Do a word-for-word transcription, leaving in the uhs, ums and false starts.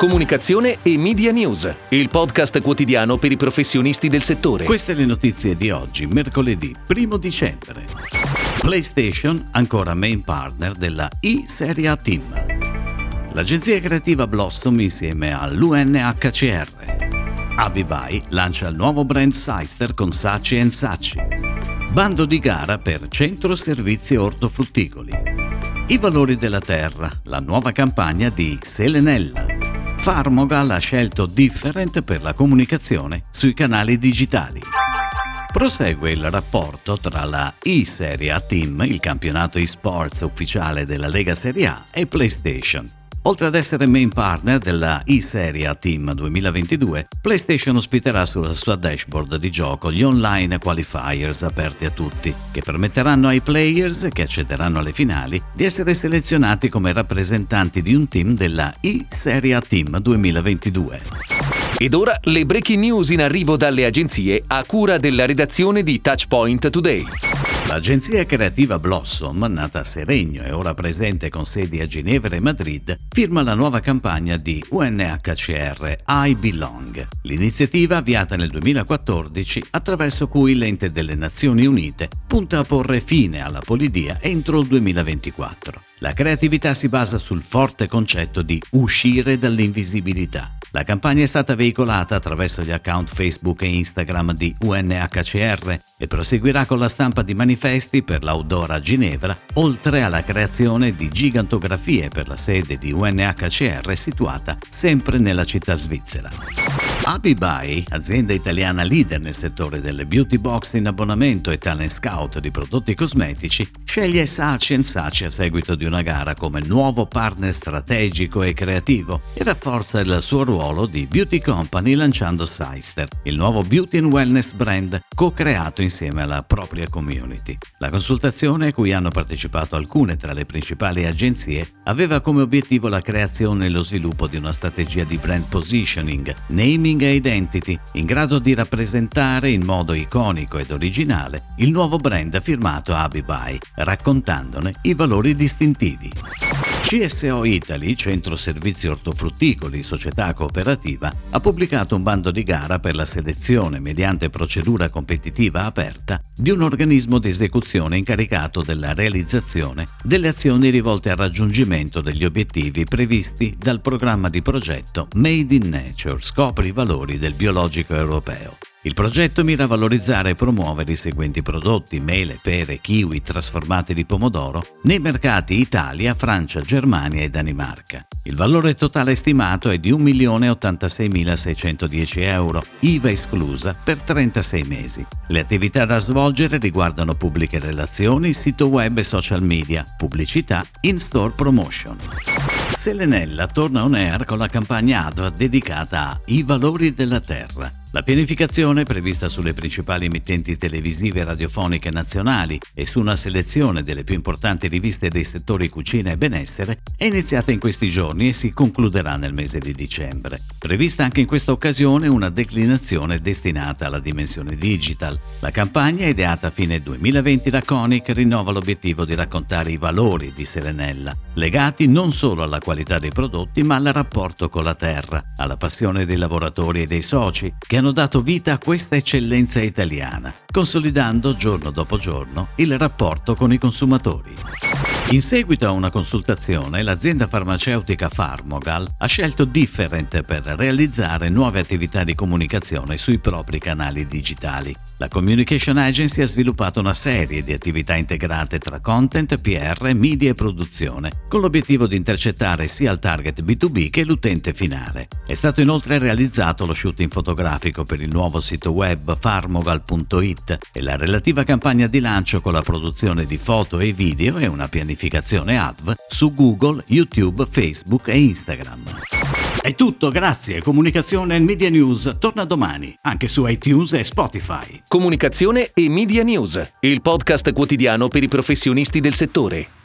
Comunicazione e Media News, il podcast quotidiano per i professionisti del settore. Queste le notizie di oggi, mercoledì primo dicembre. PlayStation ancora main partner della E-Serie A Team. L'agenzia creativa Blossom insieme all'U N H C R. Abibai lancia il nuovo brand Sister con Saci and Saci. Bando di gara per centro servizi ortofrutticoli. I valori della terra, la nuova campagna di Selenella. Farmogal ha scelto Different per la comunicazione sui canali digitali. Prosegue il rapporto tra la E-Serie A Team, il campionato e-sports ufficiale della Lega Serie A, e PlayStation. Oltre ad essere main partner della E-Serie A Team duemilaventidue, PlayStation ospiterà sulla sua dashboard di gioco gli online qualifiers aperti a tutti, che permetteranno ai players che accederanno alle finali di essere selezionati come rappresentanti di un team della E-Serie A Team duemilaventidue. Ed ora le breaking news in arrivo dalle agenzie a cura della redazione di Touchpoint Today. L'agenzia creativa Blossom, nata a Seregno e ora presente con sedi a Ginevra e Madrid, firma la nuova campagna di U N H C R I Belong, l'iniziativa avviata nel duemilaquattordici attraverso cui l'ente delle Nazioni Unite punta a porre fine alla polidia entro il duemilaventiquattro. La creatività si basa sul forte concetto di uscire dall'invisibilità. La campagna è stata veicolata attraverso gli account Facebook e Instagram di U N H C R e proseguirà con la stampa di manifesti per l'outdoor a Ginevra, oltre alla creazione di gigantografie per la sede di U N H C R situata sempre nella città svizzera. Abibai, azienda italiana leader nel settore delle beauty box in abbonamento e talent scout di prodotti cosmetici, sceglie Saci and Saci a seguito di una gara come nuovo partner strategico e creativo e rafforza il suo ruolo di beauty company lanciando Sister, il nuovo beauty and wellness brand co-creato insieme alla propria community. La consultazione, a cui hanno partecipato alcune tra le principali agenzie, aveva come obiettivo la creazione e lo sviluppo di una strategia di brand positioning, naming e identity in grado di rappresentare in modo iconico ed originale il nuovo brand firmato Abibai, raccontandone i valori distintivi. C S O Italy, centro servizi ortofrutticoli, società cooperativa, ha pubblicato un bando di gara per la selezione mediante procedura competitiva aperta di un organismo di esecuzione incaricato della realizzazione delle azioni rivolte al raggiungimento degli obiettivi previsti dal programma di progetto Made in Nature, scopri i valori del biologico europeo. Il progetto mira a valorizzare e promuovere i seguenti prodotti: mele, pere, kiwi, trasformati di pomodoro nei mercati Italia, Francia, Germania e Danimarca. Il valore totale stimato è di un milione ottantaseimilaseicentodieci euro, I V A esclusa, per trentasei mesi. Le attività da svolgere riguardano pubbliche relazioni, sito web e social media, pubblicità, in-store promotion. Selenella torna on air con la campagna A D V dedicata a I valori della terra. La pianificazione, prevista sulle principali emittenti televisive e radiofoniche nazionali e su una selezione delle più importanti riviste dei settori cucina e benessere, è iniziata in questi giorni e si concluderà nel mese di dicembre. Prevista anche in questa occasione una declinazione destinata alla dimensione digital. La campagna, ideata a fine duemilaventi da Conic, rinnova l'obiettivo di raccontare i valori di Selenella, legati non solo alla qualità dei prodotti ma al rapporto con la terra, alla passione dei lavoratori e dei soci che hanno dato vita a questa eccellenza italiana, consolidando giorno dopo giorno il rapporto con i consumatori. In seguito a una consultazione, l'azienda farmaceutica Farmogal ha scelto Different per realizzare nuove attività di comunicazione sui propri canali digitali. La Communication Agency ha sviluppato una serie di attività integrate tra content, P R, media e produzione, con l'obiettivo di intercettare sia il target B due B che l'utente finale. È stato inoltre realizzato lo shooting fotografico per il nuovo sito web farmogal punto it e la relativa campagna di lancio con la produzione di foto e video e una pianificazione A D V su Google, YouTube, Facebook e Instagram. È tutto, grazie. Comunicazione e Media News torna domani, anche su iTunes e Spotify. Comunicazione e Media News, il podcast quotidiano per i professionisti del settore.